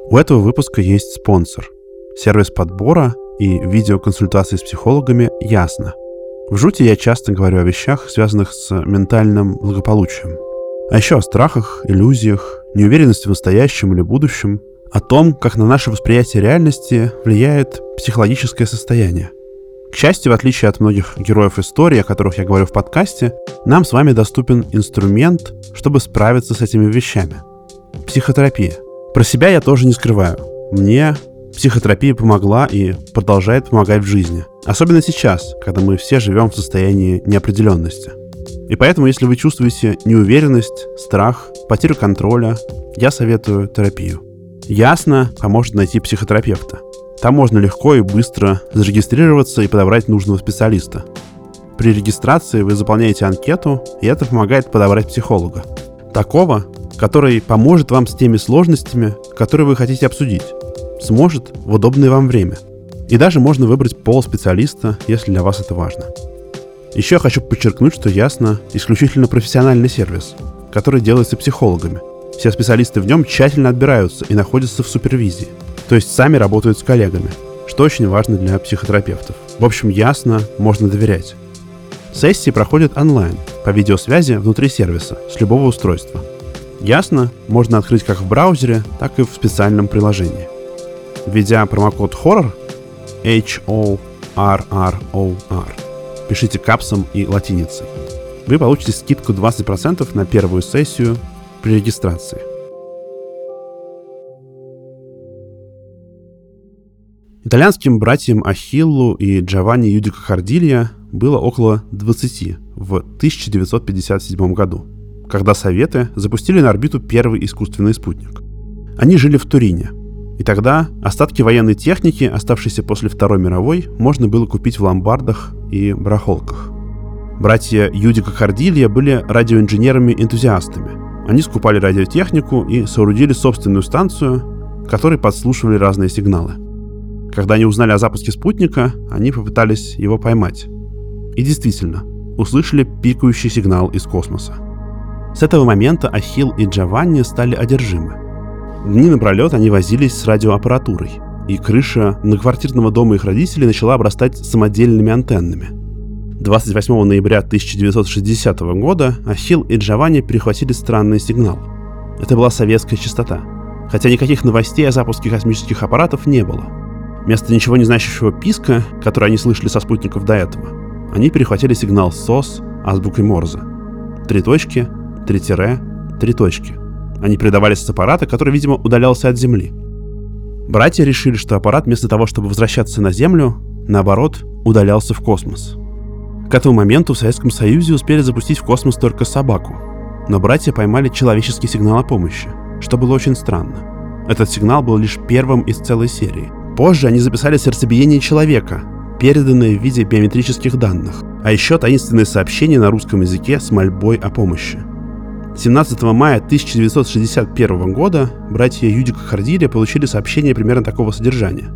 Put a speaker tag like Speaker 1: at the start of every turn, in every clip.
Speaker 1: У этого выпуска есть спонсор. Сервис подбора и видеоконсультаций с психологами «Ясно». В «Жути» я часто говорю о вещах, связанных с ментальным благополучием. А еще о страхах, иллюзиях, неуверенности в настоящем или будущем, о том, как на наше восприятие реальности влияет психологическое состояние. К счастью, в отличие от многих героев истории, о которых я говорю в подкасте, нам с вами доступен инструмент, чтобы справиться с этими вещами. Психотерапия. Про себя я тоже не скрываю. Мне психотерапия помогла и продолжает помогать в жизни. Особенно сейчас, когда мы все живем в состоянии неопределенности. И поэтому, если вы чувствуете неуверенность, страх, потерю контроля, я советую терапию. Ясно поможет найти психотерапевта. Там можно легко и быстро зарегистрироваться и подобрать нужного специалиста. При регистрации вы заполняете анкету, и это помогает подобрать психолога. Такого, который поможет вам с теми сложностями, которые вы хотите обсудить. Сможет в удобное вам время. И даже можно выбрать пол специалиста, если для вас это важно. Еще я хочу подчеркнуть, что Ясно исключительно профессиональный сервис, который делается психологами. Все специалисты в нем тщательно отбираются и находятся в супервизии. То есть сами работают с коллегами, что очень важно для психотерапевтов. В общем, Ясно можно доверять. Сессии проходят онлайн, по видеосвязи внутри сервиса, с любого устройства. Ясно можно открыть как в браузере, так и в специальном приложении. Введя промокод HORROR, HORROR, пишите капсом и латиницей, вы получите скидку 20% на первую сессию при регистрации. Итальянским братьям Ахиллу и Джованни Юдико Кардилья было около 20 в 1957 году, когда Советы запустили на орбиту первый искусственный спутник. Они жили в Турине, и тогда остатки военной техники, оставшиеся после Второй мировой, можно было купить в ломбардах и барахолках. Братья Юдико Кардилья были радиоинженерами-энтузиастами. Они скупали радиотехнику и соорудили собственную станцию, которой подслушивали разные сигналы. Когда они узнали о запуске спутника, они попытались его поймать. И действительно, услышали пикающий сигнал из космоса. С этого момента Ахилл и Джованни стали одержимы. Дни напролет они возились с радиоаппаратурой, и крыша многоквартирного дома их родителей начала обрастать самодельными антеннами. 28 ноября 1960 года Ахилл и Джованни перехватили странный сигнал. Это была советская частота, хотя никаких новостей о запуске космических аппаратов не было. Вместо ничего не значащего писка, который они слышали со спутников до этого, они перехватили сигнал СОС азбукой Морзе. 3 точки, 3 тире, 3 точки. Они передавались с аппарата, который, видимо, удалялся от Земли. Братья решили, что аппарат вместо того, чтобы возвращаться на Землю, наоборот, удалялся в космос. К этому моменту в Советском Союзе успели запустить в космос только собаку. Но братья поймали человеческий сигнал о помощи, что было очень странно. Этот сигнал был лишь первым из целой серии. Позже они записали сердцебиение человека, переданное в виде биометрических данных, а еще таинственное сообщение на русском языке с мольбой о помощи. 17 мая 1961 года братья Юдико Кардилья получили сообщение примерно такого содержания.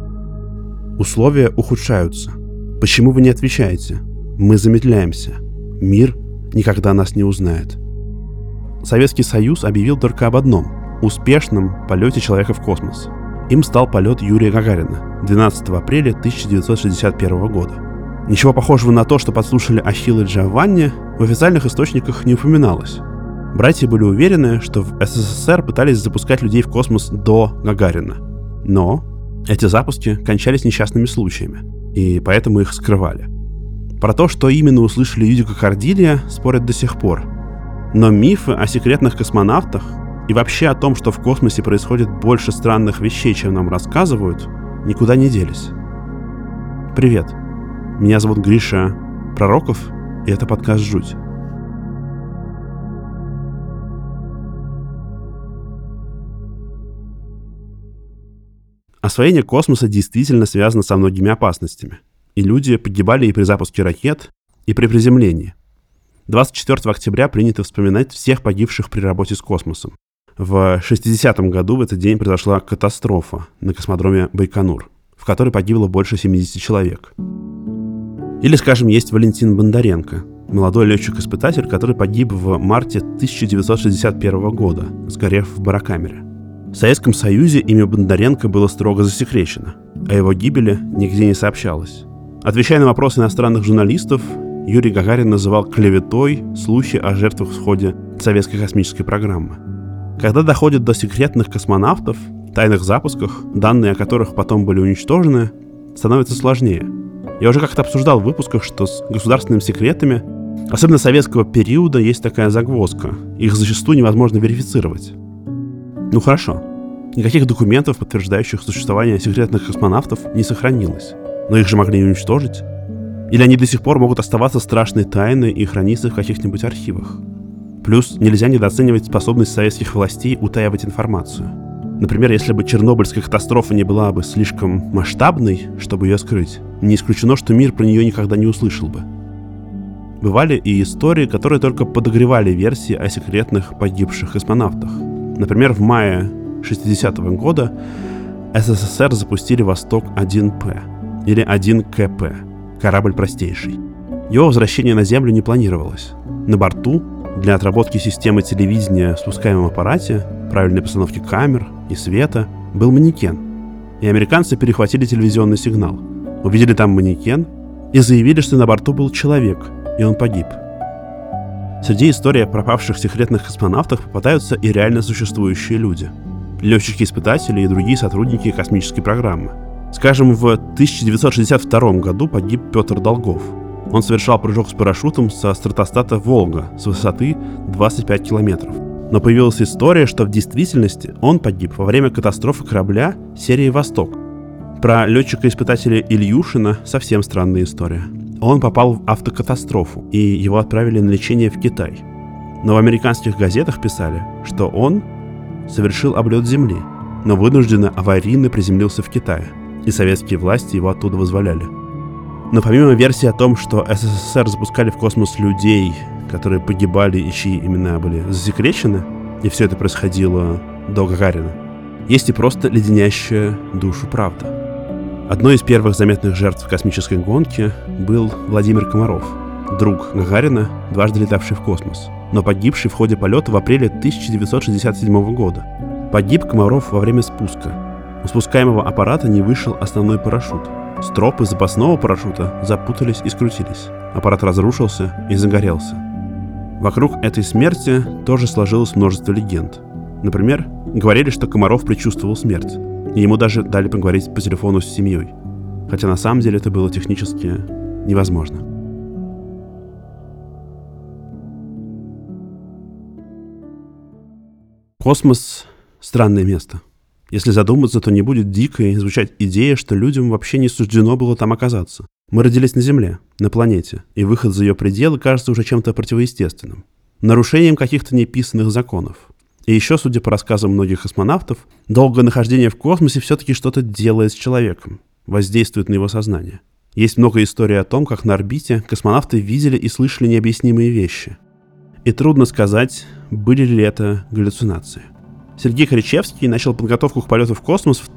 Speaker 1: Условия ухудшаются. Почему вы не отвечаете? Мы замедляемся. Мир никогда нас не узнает. Советский Союз объявил только об одном – успешном полете человека в космос. Им стал полет Юрия Гагарина 12 апреля 1961 года. Ничего похожего на то, что подслушали Ахилл и Джованни, в официальных источниках не упоминалось. Братья были уверены, что в СССР пытались запускать людей в космос до Гагарина. Но эти запуски кончались несчастными случаями, и поэтому их скрывали. Про то, что именно услышали Юдико Кардилья, спорят до сих пор. Но мифы о секретных космонавтах и вообще о том, что в космосе происходит больше странных вещей, чем нам рассказывают, никуда не делись. Привет, меня зовут Гриша Пророков, и это подкаст «Жуть». Освоение космоса действительно связано со многими опасностями, и люди погибали и при запуске ракет, и при приземлении. 24 октября принято вспоминать всех погибших при работе с космосом. В 60-м году в этот день произошла катастрофа на космодроме Байконур, в которой погибло больше 70 человек. Или, скажем, есть Валентин Бондаренко, молодой летчик-испытатель, который погиб в марте 1961 года, сгорев в барокамере. В Советском Союзе имя Бондаренко было строго засекречено, о его гибели нигде не сообщалось. Отвечая на вопросы иностранных журналистов, Юрий Гагарин называл клеветой слухи о жертвах в ходе советской космической программы. Когда доходит до секретных космонавтов, тайных запусках, данные о которых потом были уничтожены, становится сложнее. Я уже как-то обсуждал в выпусках, что с государственными секретами, особенно советского периода, есть такая загвоздка. Их зачастую невозможно верифицировать. Ну хорошо, никаких документов, подтверждающих существование секретных космонавтов, не сохранилось. Но их же могли уничтожить. Или они до сих пор могут оставаться страшной тайной и храниться в каких-нибудь архивах. Плюс нельзя недооценивать способность советских властей утаивать информацию. Например, если бы Чернобыльская катастрофа не была бы слишком масштабной, чтобы ее скрыть, не исключено, что мир про нее никогда не услышал бы. Бывали и истории, которые только подогревали версии о секретных погибших космонавтах. Например, в мае 1960 года СССР запустили «Восток-1П» или 1КП, корабль простейший. Его возвращение на Землю не планировалось. На борту для отработки системы телевидения в спускаемом аппарате, правильной постановки камер и света был манекен. И американцы перехватили телевизионный сигнал, увидели там манекен и заявили, что на борту был человек, и он погиб. Среди историй о пропавших секретных космонавтах попадаются и реально существующие люди. Летчики-испытатели и другие сотрудники космической программы. Скажем, в 1962 году погиб Петр Долгов. Он совершал прыжок с парашютом со стратостата «Волга» с высоты 25 километров. Но появилась история, что в действительности он погиб во время катастрофы корабля серии «Восток». Про летчика-испытателя Ильюшина совсем странная история. Он попал в автокатастрофу, и его отправили на лечение в Китай. Но в американских газетах писали, что он совершил облет Земли, но вынужденно аварийно приземлился в Китае, и советские власти его оттуда вызволяли. Но помимо версии о том, что СССР запускали в космос людей, которые погибали и чьи имена были засекречены, и все это происходило до Гагарина, есть и просто леденящая душу правда. Одной из первых заметных жертв космической гонки был Владимир Комаров, друг Гагарина, дважды летавший в космос, но погибший в ходе полета в апреле 1967 года. Погиб Комаров во время спуска. У спускаемого аппарата не вышел основной парашют. Стропы запасного парашюта запутались и скрутились. Аппарат разрушился и загорелся. Вокруг этой смерти тоже сложилось множество легенд. Например, говорили, что Комаров предчувствовал смерть, и ему даже дали поговорить по телефону с семьей. Хотя на самом деле это было технически невозможно. Космос — странное место. Если задуматься, то не будет дикой звучать идея, что людям вообще не суждено было там оказаться. Мы родились на Земле, на планете, и выход за ее пределы кажется уже чем-то противоестественным. Нарушением каких-то неписанных законов. И еще, судя по рассказам многих космонавтов, долгое нахождение в космосе все-таки что-то делает с человеком, воздействует на его сознание. Есть много историй о том, как на орбите космонавты видели и слышали необъяснимые вещи. И трудно сказать, были ли это галлюцинации. Сергей Кричевский начал подготовку к полету в космос в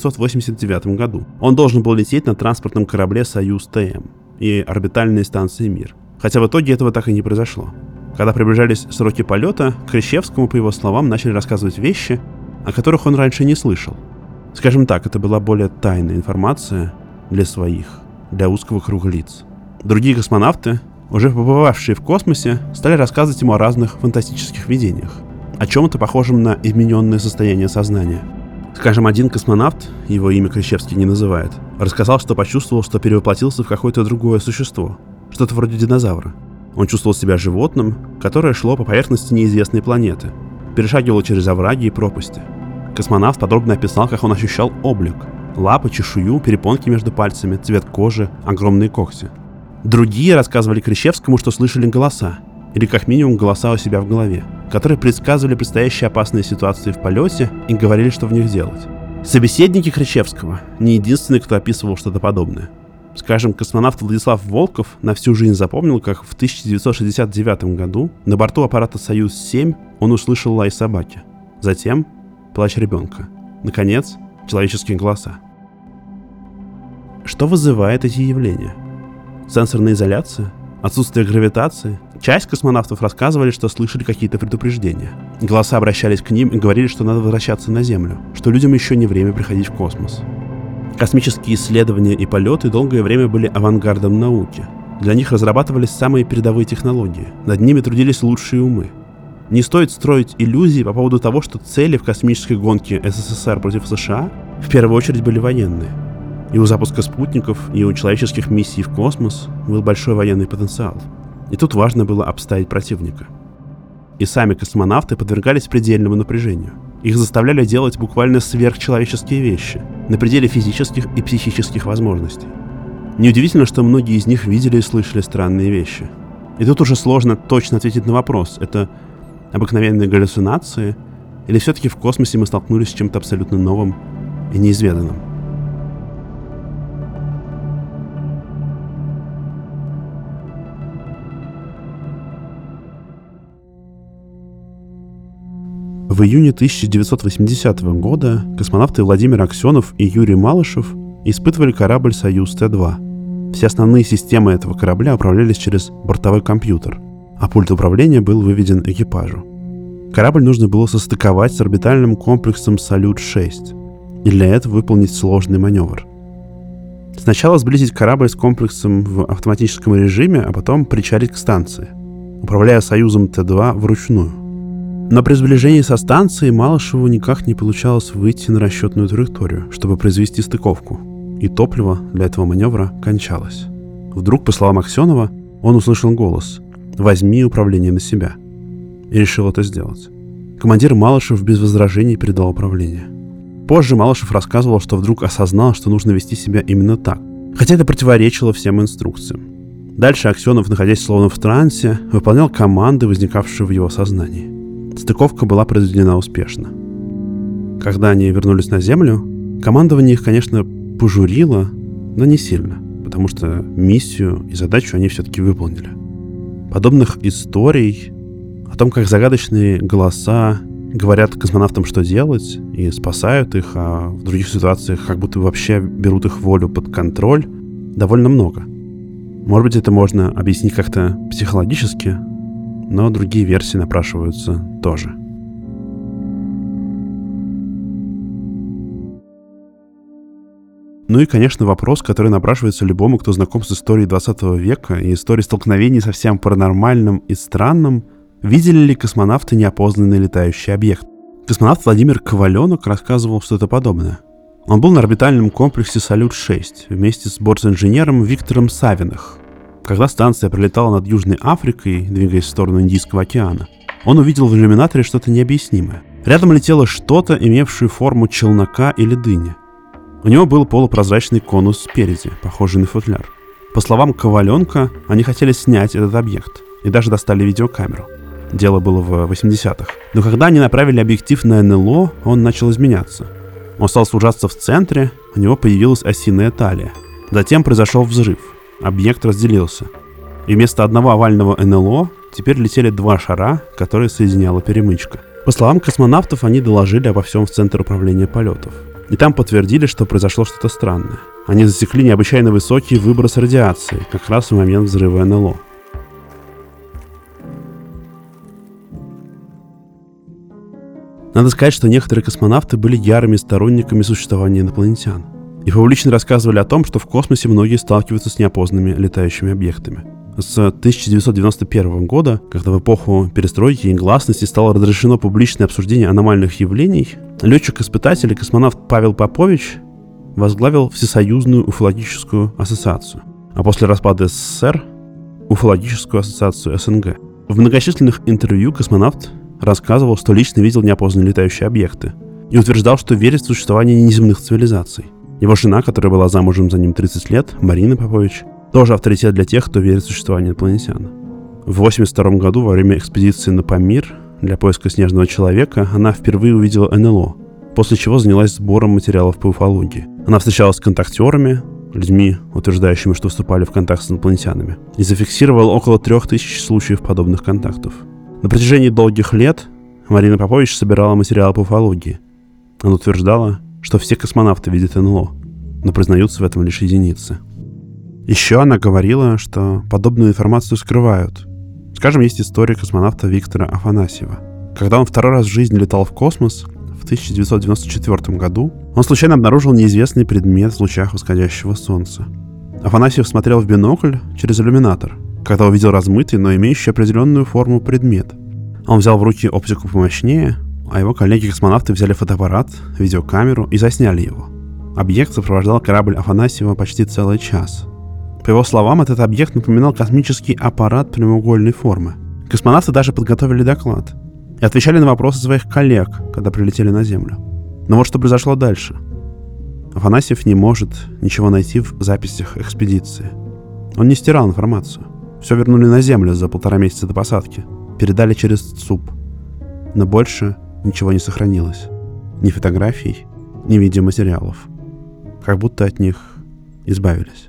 Speaker 1: 1989 году. Он должен был лететь на транспортном корабле «Союз-ТМ» и орбитальной станции «Мир». Хотя в итоге этого так и не произошло. Когда приближались сроки полета, Кричевскому, по его словам, начали рассказывать вещи, о которых он раньше не слышал. Скажем так, это была более тайная информация для своих, для узкого круга лиц. Другие космонавты, уже побывавшие в космосе, стали рассказывать ему о разных фантастических видениях, о чем-то похожем на измененное состояние сознания. Скажем, один космонавт, его имя Кричевский не называет, рассказал, что почувствовал, что перевоплотился в какое-то другое существо, что-то вроде динозавра. Он чувствовал себя животным, которое шло по поверхности неизвестной планеты, перешагивало через овраги и пропасти. Космонавт подробно описал, как он ощущал облик: лапы, чешую, перепонки между пальцами, цвет кожи, огромные когти. Другие рассказывали Кричевскому, что слышали голоса, или как минимум голоса у себя в голове, которые предсказывали предстоящие опасные ситуации в полете и говорили, что в них делать. Собеседники Кричевского не единственные, кто описывал что-то подобное. Скажем, космонавт Владислав Волков на всю жизнь запомнил, как в 1969 году на борту аппарата «Союз-7» он услышал лай собаки. Затем плач ребенка. Наконец, человеческие голоса. Что вызывает эти явления? Сенсорная изоляция? отсутствие гравитации. Часть космонавтов рассказывали, что слышали какие-то предупреждения. Голоса обращались к ним и говорили, что надо возвращаться на Землю, что людям еще не время приходить в космос. Космические исследования и полеты долгое время были авангардом науки. Для них разрабатывались самые передовые технологии, над ними трудились лучшие умы. Не стоит строить иллюзии по поводу того, что цели в космической гонке СССР против США в первую очередь были военные. И у запуска спутников, и у человеческих миссий в космос был большой военный потенциал. И тут важно было обставить противника. И сами космонавты подвергались предельному напряжению. Их заставляли делать буквально сверхчеловеческие вещи, на пределе физических и психических возможностей. Неудивительно, что многие из них видели и слышали странные вещи. И тут уже сложно точно ответить на вопрос, это обыкновенные галлюцинации, или все-таки в космосе мы столкнулись с чем-то абсолютно новым и неизведанным. В июне 1980 года космонавты Владимир Аксенов и Юрий Малышев испытывали корабль «Союз-Т-2». Все основные системы этого корабля управлялись через бортовой компьютер, а пульт управления был выведен экипажу. Корабль нужно было состыковать с орбитальным комплексом «Салют-6» и для этого выполнить сложный маневр. Сначала сблизить корабль с комплексом в автоматическом режиме, а потом причалить к станции, управляя «Союзом Т-2» вручную. Но при сближении со станцией Малышеву никак не получалось выйти на расчетную траекторию, чтобы произвести стыковку, и топливо для этого маневра кончалось. Вдруг, по словам Аксенова, он услышал голос «Возьми управление на себя» и решил это сделать. Командир Малышев без возражений передал управление. Позже Малышев рассказывал, что вдруг осознал, что нужно вести себя именно так, хотя это противоречило всем инструкциям. Дальше Аксенов, находясь словно в трансе, выполнял команды, возникавшие в его сознании. Стыковка была произведена успешно. Когда они вернулись на Землю, командование их, конечно, пожурило, но не сильно, потому что миссию и задачу они все-таки выполнили. Подобных историй о том, как загадочные голоса говорят космонавтам, что делать, и спасают их, а в других ситуациях как будто вообще берут их волю под контроль, довольно много. Может быть, это можно объяснить как-то психологически, но другие версии напрашиваются тоже. Ну и, конечно, вопрос, который напрашивается любому, кто знаком с историей 20 века и историей столкновений со всем паранормальным и странным, видели ли космонавты неопознанный летающий объект? Космонавт Владимир Коваленок рассказывал что-то подобное. Он был на орбитальном комплексе «Салют-6» вместе с бортинженером Виктором Савиных. Когда станция пролетала над Южной Африкой, двигаясь в сторону Индийского океана, он увидел в иллюминаторе что-то необъяснимое. Рядом летело что-то, имевшее форму челнока или дыни. У него был полупрозрачный конус спереди, похожий на футляр. По словам Коваленка, они хотели снять этот объект и даже достали видеокамеру. Дело было в 80-х. Но когда они направили объектив на НЛО, он начал изменяться. Он стал сужаться в центре, у него появилась осиная талия. Затем произошел взрыв. Объект разделился. И вместо одного овального НЛО теперь летели два шара, которые соединяла перемычка. По словам космонавтов, они доложили обо всем в Центр управления полетов. И там подтвердили, что произошло что-то странное. Они засекли необычайно высокий выброс радиации, как раз в момент взрыва НЛО. Надо сказать, что некоторые космонавты были ярыми сторонниками существования инопланетян. И публично рассказывали о том, что в космосе многие сталкиваются с неопознанными летающими объектами. С 1991 года, когда в эпоху перестройки и гласности стало разрешено публичное обсуждение аномальных явлений, летчик-испытатель и космонавт Павел Попович возглавил Всесоюзную уфологическую ассоциацию, а после распада СССР – Уфологическую ассоциацию СНГ. В многочисленных интервью космонавт рассказывал, что лично видел неопознанные летающие объекты и утверждал, что верит в существование неземных цивилизаций. Его жена, которая была замужем за ним 30 лет, Марина Попович, тоже авторитет для тех, кто верит в существование инопланетян. В 1982 году во время экспедиции на Памир для поиска снежного человека она впервые увидела НЛО, после чего занялась сбором материалов по уфологии. Она встречалась с контактерами, людьми, утверждающими, что вступали в контакт с инопланетянами, и зафиксировала около 3000 случаев подобных контактов. На протяжении долгих лет Марина Попович собирала материалы по уфологии. Она утверждала, что все космонавты видят НЛО, но признаются в этом лишь единицы. Еще она говорила, что подобную информацию скрывают. Скажем, есть история космонавта Виктора Афанасьева. Когда он второй раз в жизни летал в космос, в 1994 году, он случайно обнаружил неизвестный предмет в лучах восходящего солнца. Афанасьев смотрел в бинокль через иллюминатор, когда увидел размытый, но имеющий определенную форму предмет. Он взял в руки оптику помощнее, а его коллеги-космонавты взяли фотоаппарат, видеокамеру и засняли его. Объект сопровождал корабль Афанасьева почти целый час. По его словам, этот объект напоминал космический аппарат прямоугольной формы. Космонавты даже подготовили доклад и отвечали на вопросы своих коллег, когда прилетели на Землю. Но вот что произошло дальше. Афанасьев не может ничего найти в записях экспедиции. Он не стирал информацию. Все вернули на Землю за 1,5 месяца до посадки. Передали через ЦУП. Но больше ничего не сохранилось. Ни фотографий, ни видеоматериалов. Как будто от них избавились.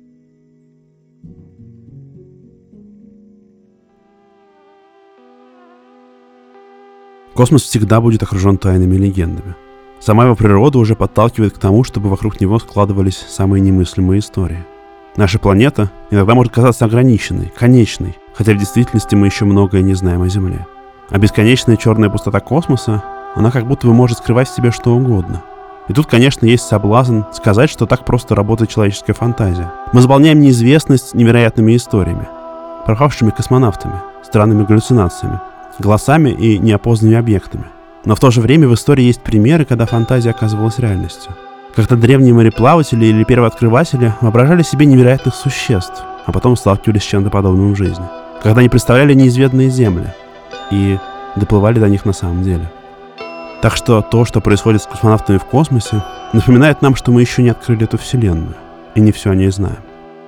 Speaker 1: Космос всегда будет окружен тайными и легендами. Сама его природа уже подталкивает к тому, чтобы вокруг него складывались самые немыслимые истории. Наша планета иногда может казаться ограниченной, конечной, хотя в действительности мы еще многое не знаем о Земле. А бесконечная черная пустота космоса, она как будто бы может скрывать в себе что угодно. И тут, конечно, есть соблазн сказать, что так просто работает человеческая фантазия. Мы заполняем неизвестность невероятными историями, пропавшими космонавтами, странными галлюцинациями, голосами и неопознанными объектами. Но в то же время в истории есть примеры, когда фантазия оказывалась реальностью. Когда древние мореплаватели или первооткрыватели воображали себе невероятных существ, а потом сталкивались с чем-то подобным в жизни. Когда они представляли неизведанные земли и доплывали до них на самом деле. Так что то, что происходит с космонавтами в космосе, напоминает нам, что мы еще не открыли эту вселенную и не все о ней знаем.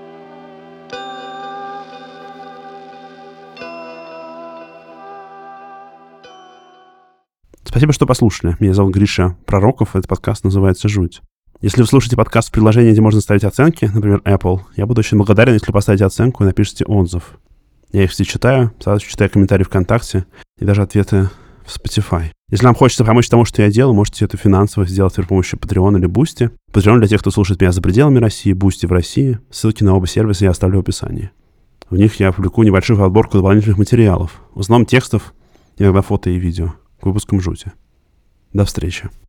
Speaker 1: Спасибо, что послушали. Меня зовут Гриша Пророков, этот подкаст называется «Жуть». Если вы слушаете подкаст в приложении, где можно ставить оценки, например, Apple, я буду очень благодарен, если поставите оценку и напишите отзыв. Я их все читаю, сразу читаю комментарии ВКонтакте и даже ответы в Spotify. Если вам хочется помочь тому, что я делаю, можете это финансово сделать при помощи Patreon или Boosty. Patreon для тех, кто слушает меня за пределами России, Boosty в России. Ссылки на оба сервиса я оставлю в описании. В них я публикую небольшую подборку дополнительных материалов, в основном текстов, иногда фото и видео, к выпускам «Жути». До встречи.